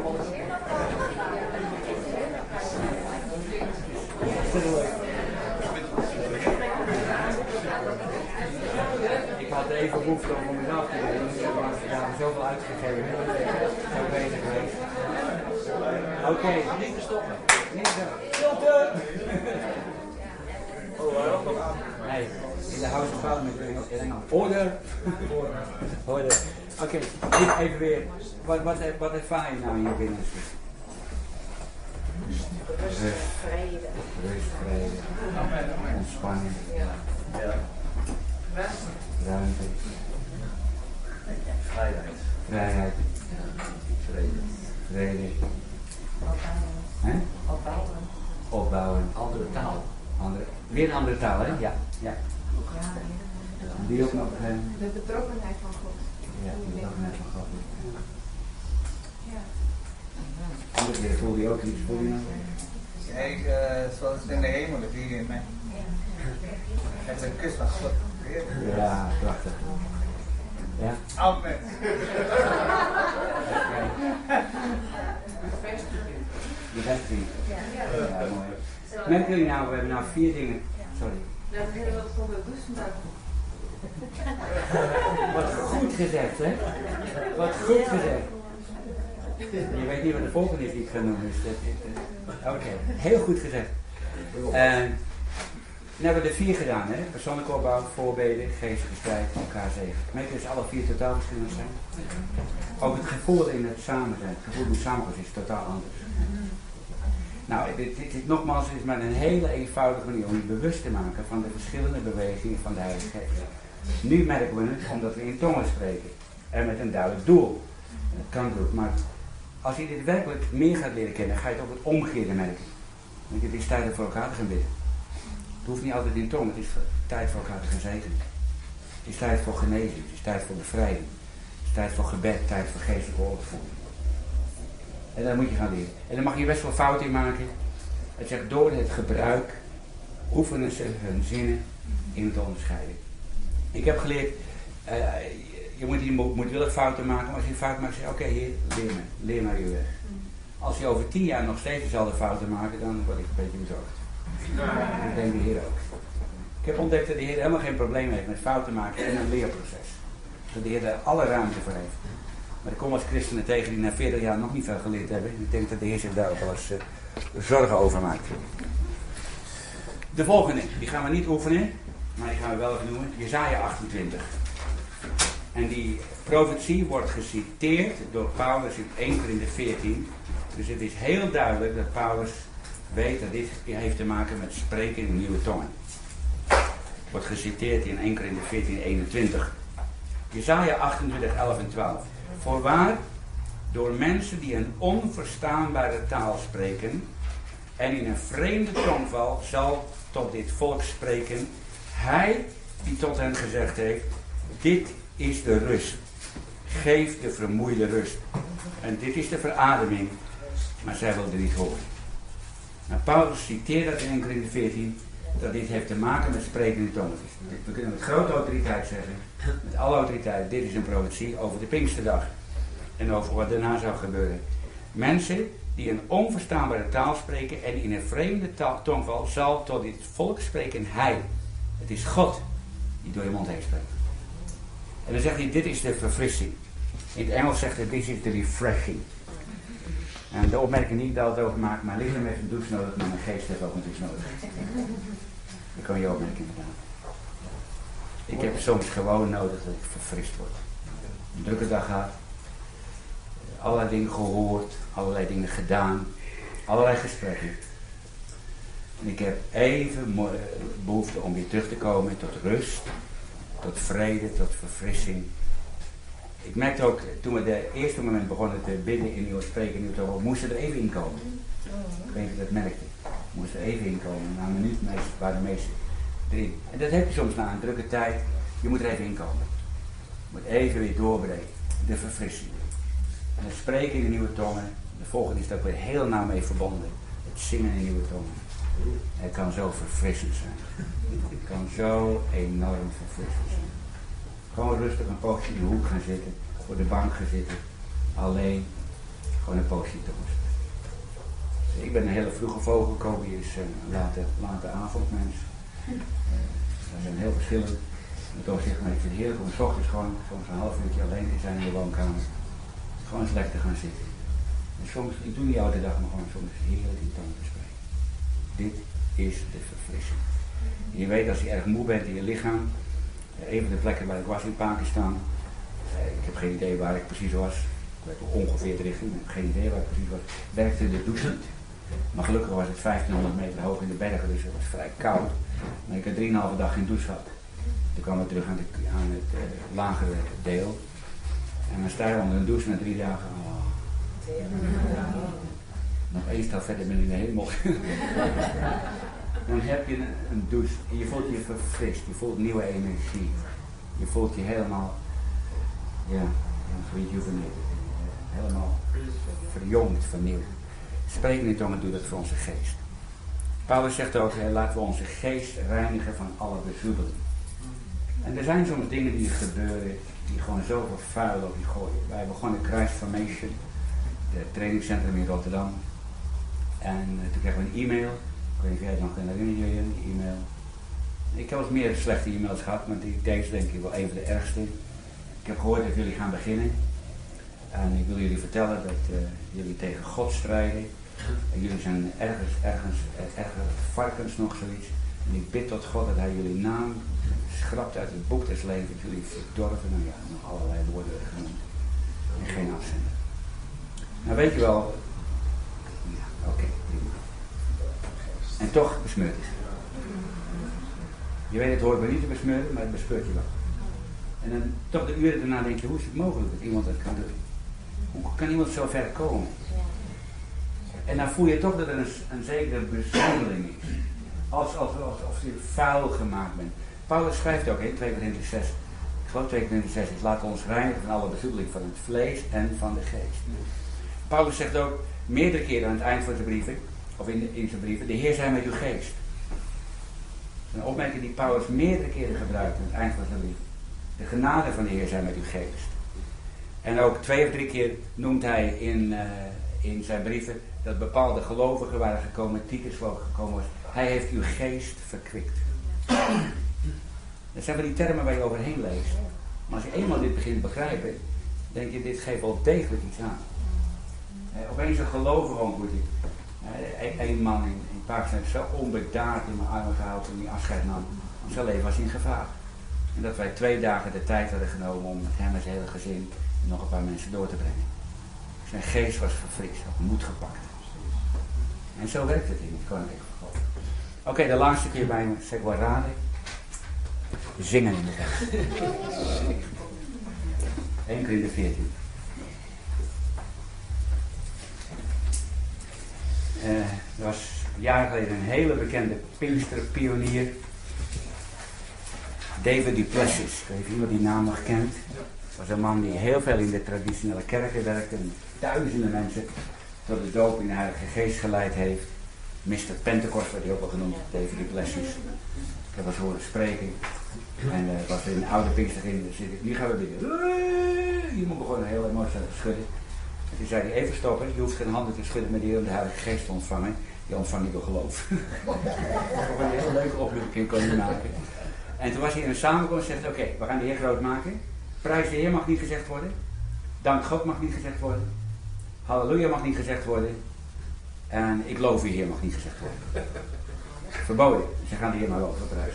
Ik had even behoefte om het af te doen, dus ik was daar zoveel uitgegeven. Zo bezig geweest. Oké. Okay. Niet te stoppen. Niet te stoppen. Nee, in de house of fout met in Engels. Order. Order. Oké, okay. Even weer. Wat, wat, wat ervaar je nou in je binnenste? Rust, vrede. Rust, vrede. Ontspanning. Ja. Ruimte. Vrijheid. Vrijheid. Vrede. Vrede. Hè? Opbouwen. Opbouwen. Andere taal. Andere, weer een andere taal, hè? Ja. Ja. Die ook nog. Uh, de betrokkenheid van God. Ja, de betrokkenheid van God. Ja. Andere keer voel je ook iets, voel je nou? Ja, ik, uh, zoals het in de hemel is, hier in mij. Het is een kus van God. Ja, prachtig. Ja. Amen. De vestiging. Ja, mooi. Zo Merken jullie nou, we hebben nou vier dingen. Sorry. Ja, we hebben wat van de douche vandaag. Wat goed gezegd, hè? Wat goed gezegd. Je weet niet wat de volgende is die ik ga noemen. Dus Oké, okay. Heel goed gezegd. Uh, nu hebben we er vier gedaan, hè? Persoonlijke opbouw, voorbeden, geestelijke strijd, elkaar zegen. Merk je dus alle vier totaal verschillend zijn? Ook het gevoel in het samen zijn, het gevoel hoe samen is totaal anders. Nou, dit, dit, dit nogmaals is maar een hele eenvoudige manier om je bewust te maken van de verschillende bewegingen van de Heilige Geest. Nu merken we het omdat we in tongen spreken en met een duidelijk doel. Dat kan ook, maar als je dit werkelijk meer gaat leren kennen, ga je het ook het omgekeerde merken. Want het is tijd om voor elkaar te gaan bidden. Het hoeft niet altijd in tongen, het is tijd voor elkaar te gaan zegenen. Het is tijd voor genezing, het is tijd voor bevrijding. Het is tijd voor gebed, tijd voor geestelijke opvoeding. En dat moet je gaan leren. En dan mag je best wel fouten in maken. Het zegt door het gebruik oefenen ze hun zinnen in het onderscheiden. Ik heb geleerd, uh, je moet hier moedwillig fouten maken, maar als je een fout maakt, zeg je, oké okay, heer, leer me, leer maar je weg. Als je over tien jaar nog steeds dezelfde fouten maakt, dan word ik een beetje bezorgd. En dat denkt de Heer ook. Ik heb ontdekt dat de Heer helemaal geen probleem heeft met fouten maken en een leerproces. Dat de Heer daar alle ruimte voor heeft. Maar ik kom als christenen tegen die na veertig jaar nog niet veel geleerd hebben. En ik denk dat de Heer zich daar ook wel eens uh, zorgen over maakt. De volgende, die gaan we niet oefenen, maar die gaan we wel even noemen. Jesaja achtentwintig. En die profetie wordt geciteerd door Paulus in één Korinthe veertien. Dus het is heel duidelijk dat Paulus weet dat dit heeft te maken met spreken in nieuwe tongen. Het wordt geciteerd in één Korinthe veertien eenentwintig. Jesaja achtentwintig, elf en twaalf. Voorwaar, door mensen die een onverstaanbare taal spreken en in een vreemde tongval zal tot dit volk spreken, hij die tot hen gezegd heeft, dit is de rust. Geef de vermoeide rust. En dit is de verademing, maar zij wilden niet horen. Nou, Paulus citeert dat in één Korinthe veertien, dat dit heeft te maken met spreken in tongen. We kunnen met grote autoriteit zeggen, met alle autoriteit, dit is een profetie over de Pinksterdag. En over wat daarna zou gebeuren. Mensen die een onverstaanbare taal spreken en in een vreemde taal, tongval zal tot dit volk spreken hij. Het is God die door je mond heen spreekt. En dan zegt hij, dit is de verfrissing. In het Engels zegt hij, this is the refreshing. En de opmerking die ik daar altijd over maak, mijn lichaam heeft een douche nodig, maar mijn geest heeft ook een douche nodig. Dat kan je opmerking gedaan. Ik heb soms gewoon nodig dat ik verfrist word. Een drukke dag gehad. Allerlei dingen gehoord, allerlei dingen gedaan, allerlei gesprekken. En ik heb even behoefte om weer terug te komen tot rust, tot vrede, tot verfrissing. Ik merkte ook, toen we de eerste moment begonnen te bidden in nieuw spreken, in nieuw te moesten er even inkomen. Ik weet niet of je dat merkte. We moesten er even inkomen. Na een minuut waren de meesten erin. En dat heb je soms na een drukke tijd. Je moet er even inkomen. Je moet even weer doorbreken. De verfrissing. En het spreken in de nieuwe tongen. De volgende is daar ook weer heel nauw mee verbonden. Het zingen in nieuwe tongen. Het kan zo verfrissend zijn. Het kan zo enorm verfrissend zijn. Gewoon rustig een poosje in de hoek gaan zitten. Voor de bank gaan zitten. Alleen. Gewoon een poosje te rusten. Dus ik ben een hele vroege vogel. Kobe is een late, late avondmens. Uh, dat zijn heel verschillend. En toch zeg maar, ik vind het heerlijk om 's ochtends gewoon soms een half uurtje alleen te zijn in de woonkamer. Gewoon eens lekker te gaan zitten. En soms, ik doe niet elke dag, maar gewoon soms heerlijk in tanden te spreken. Dit is de verfrissing. Je weet als je erg moe bent in je lichaam. Een van de plekken waar ik was in Pakistan. Ik heb geen idee waar ik precies was. Ik weet ongeveer de richting, ik heb geen idee waar ik precies was. Werkte de douche niet. Maar gelukkig was het vijftienhonderd meter hoog in de bergen, dus het was vrij koud. Maar ik had drieënhalve dag geen douche gehad. Toen kwam ik terug aan, de, aan het uh, lagere deel. En dan sta je onder een douche na drie dagen. Oh. Nog één stap verder ben ik in de hemel. Dan heb je een, een douche en je voelt je verfrist, je voelt nieuwe energie. Je voelt je helemaal, ja, rejuvenated, helemaal verjongd, vernieuwd. Spreken in tongen doet dat voor onze geest. Paulus zegt ook, hè, laten we onze geest reinigen van alle bezoedeling. En er zijn soms dingen die gebeuren, die gewoon zoveel vuil op je gooien. Wij begonnen Christ Formation, het trainingscentrum in Rotterdam. En uh, toen kregen we een e-mail. Ik weet niet of jij het nog kan herinneren, Julian, die e-mail. Ik heb wel eens meer slechte e-mails gehad, maar die, deze denk ik wel een van de ergste. Ik heb gehoord dat jullie gaan beginnen. En ik wil jullie vertellen dat uh, jullie tegen God strijden. En jullie zijn ergens, ergens, ergens varkens nog zoiets. En ik bid tot God dat hij jullie naam schrapt uit het boek des levens. Jullie verdorven, nou ja, nog allerlei woorden genoemd. En geen afzender. Nou weet je wel, ja, oké, okay, prima. En toch besmeurt het. Je weet, het hoort me niet te besmeuren, maar het bespeurt je wel. En dan toch de uren daarna denk je, hoe is het mogelijk dat iemand dat kan doen? Hoe kan iemand zo ver komen? En dan voel je toch dat er een, een zekere bezuideling is. Als, als, als, als je vuil gemaakt bent. Paulus schrijft ook in twee Korinthe zes, ik geloof twee Korinthe zes, laat ons reinigen van alle bezoedeling van het vlees en van de geest. Paulus zegt ook meerdere keren aan het eind van zijn brieven, of in, in zijn brieven, de Heer zij met uw geest. Een opmerking die Paulus meerdere keren gebruikt aan het eind van zijn brief. De genade van de Heer zij met uw geest. En ook twee of drie keer noemt hij in, uh, in zijn brieven dat bepaalde gelovigen waren gekomen, Titus gekomen was. Hij heeft uw geest verkwikt. Dat zijn van die termen waar je overheen leest. Maar als je eenmaal dit begint te begrijpen, denk je, dit geeft wel degelijk iets aan. Eh, opeens een gelovige ontmoet ik. Eh, een man in, in Pakistan zo onbedaard in mijn armen gehouden toen hij afscheid nam. Want zijn leven was in gevaar. En dat wij twee dagen de tijd hadden genomen om met hem en zijn hele gezin nog een paar mensen door te brengen. Zijn geest was verfrist, had moed gepakt. En zo werkt het in het Koninkrijk van God. Oké, okay, de laatste keer bij me, zeg maar raden. Zingen in de geest. één Korinthe veertien. Uh, er was jaren geleden een hele bekende Pinksterpionier. David du Plessis. Ik weet niet of iemand die naam nog kent. Dat was een man die heel veel in de traditionele kerken werkte. En duizenden mensen tot de doop in de Heilige Geest geleid heeft. mister Pentecost werd hij ook wel genoemd, David du Plessis. Ik heb wel eens horen spreken. En uh, was er in een oude Pinkster in. Dus ik, nu gaan we bidden. Iemand begon heel emotioneel te schudden. En toen zei hij, even stoppen. Je hoeft geen handen te schudden met die om de Heilige Geest te ontvangen. Die ontvang ik door geloof. Dat was een hele leuke opmerking kon je maken. En toen was hij in een samenkomst en zegt, oké, okay, we gaan de Heer groot maken. Prijs de Heer mag niet gezegd worden. Dank God mag niet gezegd worden. Halleluja mag niet gezegd worden. En ik loof u Heer mag niet gezegd worden. Verboden. Ze gaan de Heer maar wel verprijzen.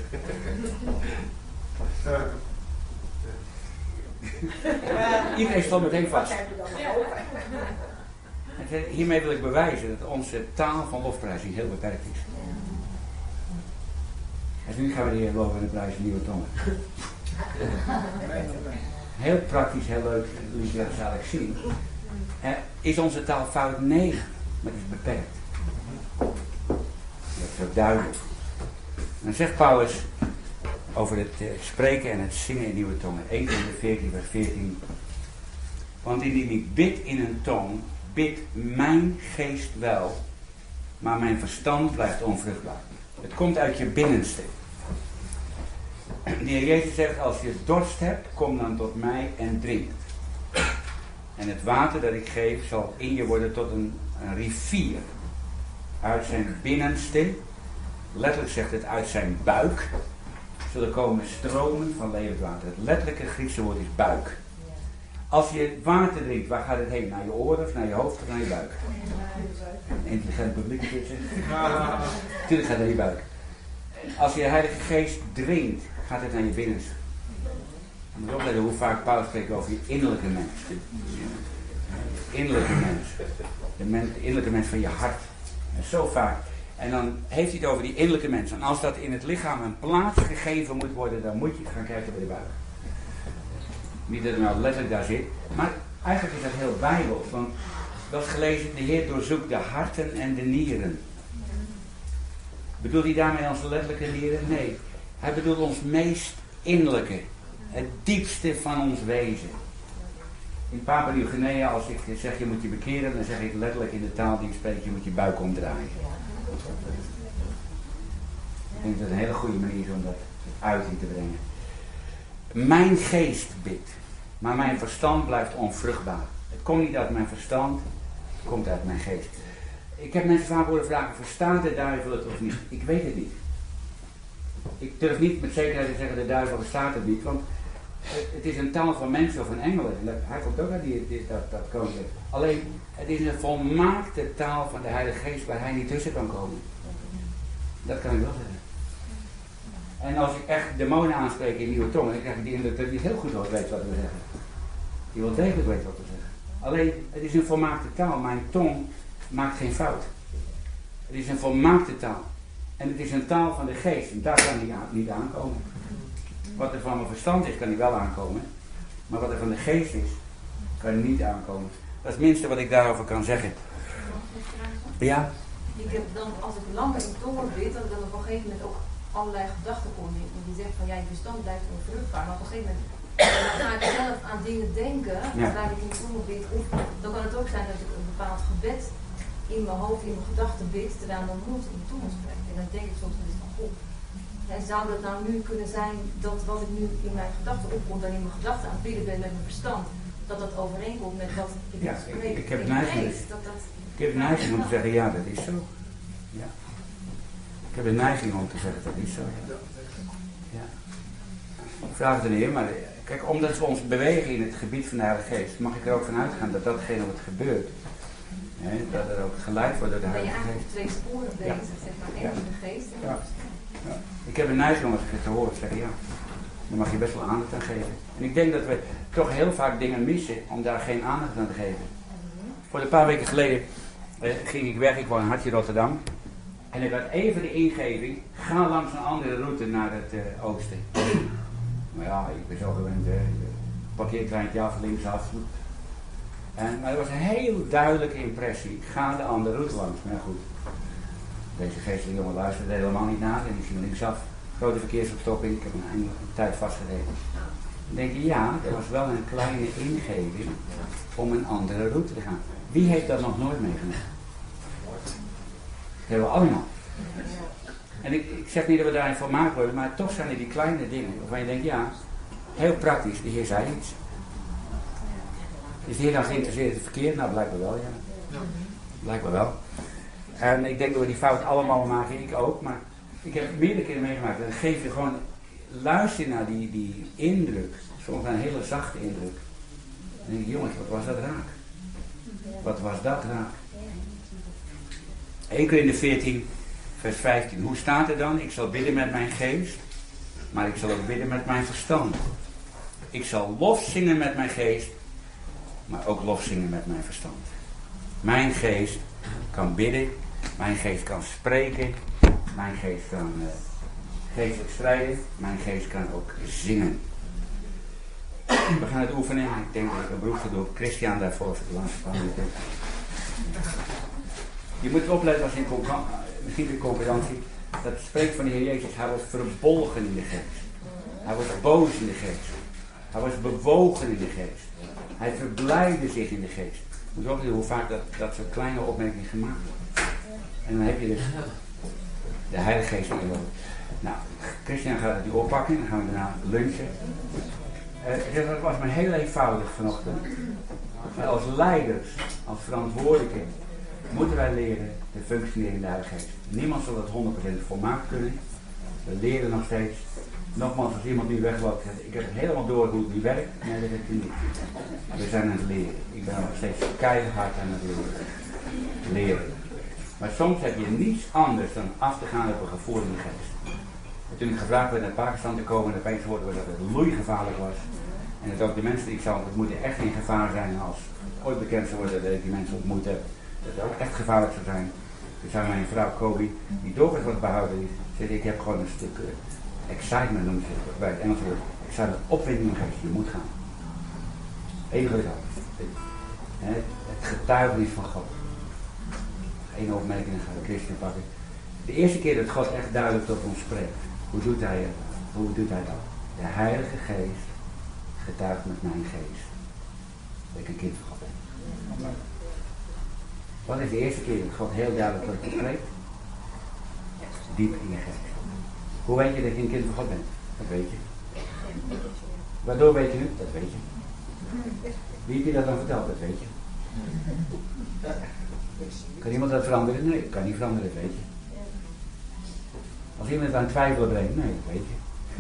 Iedereen stond meteen vast. En hiermee wil ik bewijzen dat onze taal van lofprijzing heel beperkt is. En nu gaan we de Heer loven en de prijs nieuwe tongen. Heel praktisch, heel leuk, liefde, dat zal ik zien. Uh, is onze taal fout? Nee, maar het is beperkt. Dat is ook duidelijk. En dan zegt Paulus over het uh, spreken en het zingen in nieuwe tongen. één Korinthe veertien vers veertien. Want indien ik bid in een tong, bidt mijn geest wel, maar mijn verstand blijft onvruchtbaar. Het komt uit je binnenste. De Heer Jezus zegt, als je dorst hebt, kom dan tot mij en drink. En het water dat ik geef zal in je worden tot een, een rivier. Uit zijn binnenste, letterlijk zegt het uit zijn buik, zullen komen stromen van levend water. Het letterlijke Griekse woord is buik. Als je water drinkt, waar gaat het heen? Naar je oren of naar je hoofd of naar je buik? Een intelligent publiek zitten. Natuurlijk gaat het naar je buik. Als je de Heilige Geest drinkt, gaat het naar je binnenste. Je moet opletten hoe vaak Paulus spreekt over je innerlijke mens. De innerlijke mens. De, mens, de innerlijke mens van je hart. En zo vaak. En dan heeft hij het over die innerlijke mens. En als dat in het lichaam een plaats gegeven moet worden, dan moet je gaan kijken bij de buik. Niet dat het nou letterlijk daar zit. Maar eigenlijk is dat heel bijbels. Want dat is gelezen, de Heer doorzoekt de harten en de nieren. Bedoelt hij daarmee onze letterlijke nieren? Nee. Hij bedoelt ons meest innerlijke. Het diepste van ons wezen. In Papua Nieuw-Guinea, als ik zeg je moet je bekeren, dan zeg ik letterlijk in de taal die ik spreek, je moet je buik omdraaien. Ik denk dat het een hele goede manier is om dat uit te brengen. Mijn geest bidt, maar mijn verstand blijft onvruchtbaar. Het komt niet uit mijn verstand, het komt uit mijn geest. ik heb mensen vaak horen vragen, verstaat de duivel het of niet? Ik weet het niet. Ik durf niet met zekerheid te zeggen, de duivel verstaat het niet, want het is een taal van mensen of van engelen. Hij komt ook uit die, die, dat, dat koninkrijk. Alleen, het is een volmaakte taal van de Heilige Geest waar hij niet tussen kan komen. Dat kan ik wel zeggen. En als ik echt demonen aanspreek in nieuwe tongen, dan krijg ik die indruk dat hij heel goed weet wat we zeggen. Die wel degelijk weet wat we zeggen. Alleen, het is een volmaakte taal. Mijn tong maakt geen fout. Het is een volmaakte taal. En het is een taal van de geest. En daar kan hij aan, niet aankomen. Wat er van mijn verstand is, kan hij wel aankomen. Maar wat er van de geest is, kan hij niet aankomen. Dat is het minste wat ik daarover kan zeggen. Ja? Ik heb dan, als ik langer in tongen bid, dat ik dan op een gegeven moment ook allerlei gedachten kom. Die zeggen van, ja, je verstand blijft onvruchtbaar. Maar op een gegeven moment dan ga ik zelf aan dingen denken, Ja. terwijl ik in tongen bid. Of dan kan het ook zijn dat ik een bepaald gebed in mijn hoofd, in mijn gedachten bid, terwijl mijn mond in tongen spreekt. En dan denk ik soms wel eens van, goh, en zou dat nou nu kunnen zijn dat wat ik nu in mijn gedachten opkomt, dan in mijn gedachten aan het bidden ben met mijn verstand, dat dat overeenkomt met wat ik Ja, spreek. ik, ik heb in de mijn neiging. geest, dat dat, Ik heb de neiging om te zeggen, ja, dat is zo. Ja. Ik heb de neiging om te zeggen, dat is zo. Ja. Ja. Ik vraag het er niet in, maar kijk, omdat we ons bewegen in het gebied van de Heilige Geest, mag ik er ook van uitgaan dat datgene wat gebeurt, hè, dat er ook geleid wordt door de dan ben je Heilige eigenlijk Geest. op twee sporen bezig, zeg maar, Ja. en in de geest en Ja. in de verstand. Ja. Ik heb een neiging om het te horen te zeggen, ja. Daar mag je best wel aandacht aan geven. En ik denk dat we toch heel vaak dingen missen om daar geen aandacht aan te geven. Voor een paar weken geleden eh, ging ik weg, ik woon in Hartje Rotterdam. En ik had even de ingeving, ga langs een andere route naar het uh, oosten. Maar ja, ik ben zo gewend, uh, parkeertreintje af, linksaf. En, maar er was een heel duidelijke impressie, ga de andere route langs. Maar goed, deze geestelijke jongen luisterde helemaal niet naar en die ging linksaf. Grote verkeersopstopping, ik heb een, een tijd vastgereden. Dan denk je, ja, er was wel een kleine ingeving om een andere route te gaan. Wie heeft dat nog nooit meegemaakt? Dat hebben we allemaal. En ik, ik zeg niet dat we daarin volmaakt worden, maar toch zijn er die kleine dingen waarvan je denkt, ja, heel praktisch, de Heer zei iets. Is de Heer dan geïnteresseerd in het verkeer? Nou, blijkbaar wel, ja. Blijkbaar wel. En ik denk dat we die fout allemaal maken, ik ook, maar ik heb het meerdere keren meegemaakt. Dan geef je gewoon, luister naar die, die indruk, soms een hele zachte indruk. En dan denk ik, jongens, wat was dat raak? Wat was dat raak? één Korinther veertien, vers vijftien. Hoe staat er dan? Ik zal bidden met mijn geest, maar ik zal ook bidden met mijn verstand. Ik zal lof zingen met mijn geest, maar ook lof zingen met mijn verstand. Mijn geest kan bidden, mijn geest kan spreken, mijn geest kan uh, geestelijk strijden, mijn geest kan ook zingen. We gaan het oefenen. Ik denk dat ik een beroep ga doen op Christian daarvoor voor de laatste paar minuten. Je moet opletten als je in concurrentie, misschien in concurrentie, dat spreekt van de Heer Jezus. Hij was verbolgen in de geest. Hij was boos in de geest. Hij was bewogen in de geest. Hij verblijdde zich in de geest. Je moet ook zien hoe vaak dat, dat soort kleine opmerkingen gemaakt worden. En dan heb je dus de Heilige Geest in je loop. Nou, Christian gaat het nu oppakken. Dan gaan we daarna lunchen. Uh, dat was maar heel eenvoudig vanochtend. Maar als leiders, als verantwoordelijken, moeten wij leren te functioneren in de Heilige Geest. Niemand zal dat honderd procent volmaakt kunnen. We leren nog steeds. Nogmaals, als iemand nu wegloopt, ik heb het helemaal door hoe het nu werkt. Nee, dat heb ik niet. We zijn aan het leren. Ik ben nog steeds keihard aan het leren. leren. Maar soms heb je niets anders dan af te gaan op een gevoel in de geest. En toen ik gevraagd werd naar Pakistan te komen, en opeens hoorden we dat het loeigevaarlijk was. En dat ook de mensen die ik zou ontmoeten echt in gevaar zijn als ooit bekend zou worden dat ik die mensen ontmoet heb. Dat het ook echt gevaarlijk zou zijn. Toen zei mijn vrouw Kobi, die doorgaans wat behouden is, zei ik heb gewoon een stuk uh, excitement, noemen ze het bij het Engels woord. Excitement, opwinding in geest, je moet gaan. Enige wat ik had. Het, het getuigenis van God. Eén opmerking en gaan we Christen pakken. De eerste keer dat God echt duidelijk tot ons spreekt. Hoe doet hij het? Hoe doet hij dat? De Heilige Geest getuigt met mijn geest. Dat ik een kind van God ben. Wat is de eerste keer dat God heel duidelijk tot je spreekt? Diep in je geest. Hoe weet je dat je een kind van God bent? Dat weet je. Waardoor weet je het? Dat weet je. Wie heb je dat dan verteld? Dat weet je. Kan iemand dat veranderen? Nee, ik kan niet veranderen, weet je. Als iemand het aan twijfelen brengt, nee, weet je.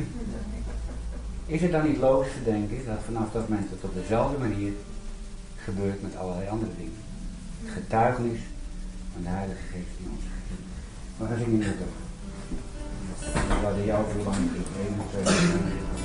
Is het dan niet logisch te denken dat vanaf dat moment het op dezelfde manier gebeurt met allerlei andere dingen? Het getuigenis van de Heilige Geest in ons. Maar gaan zingen we toch. We hadden jou verlangen. één, twee,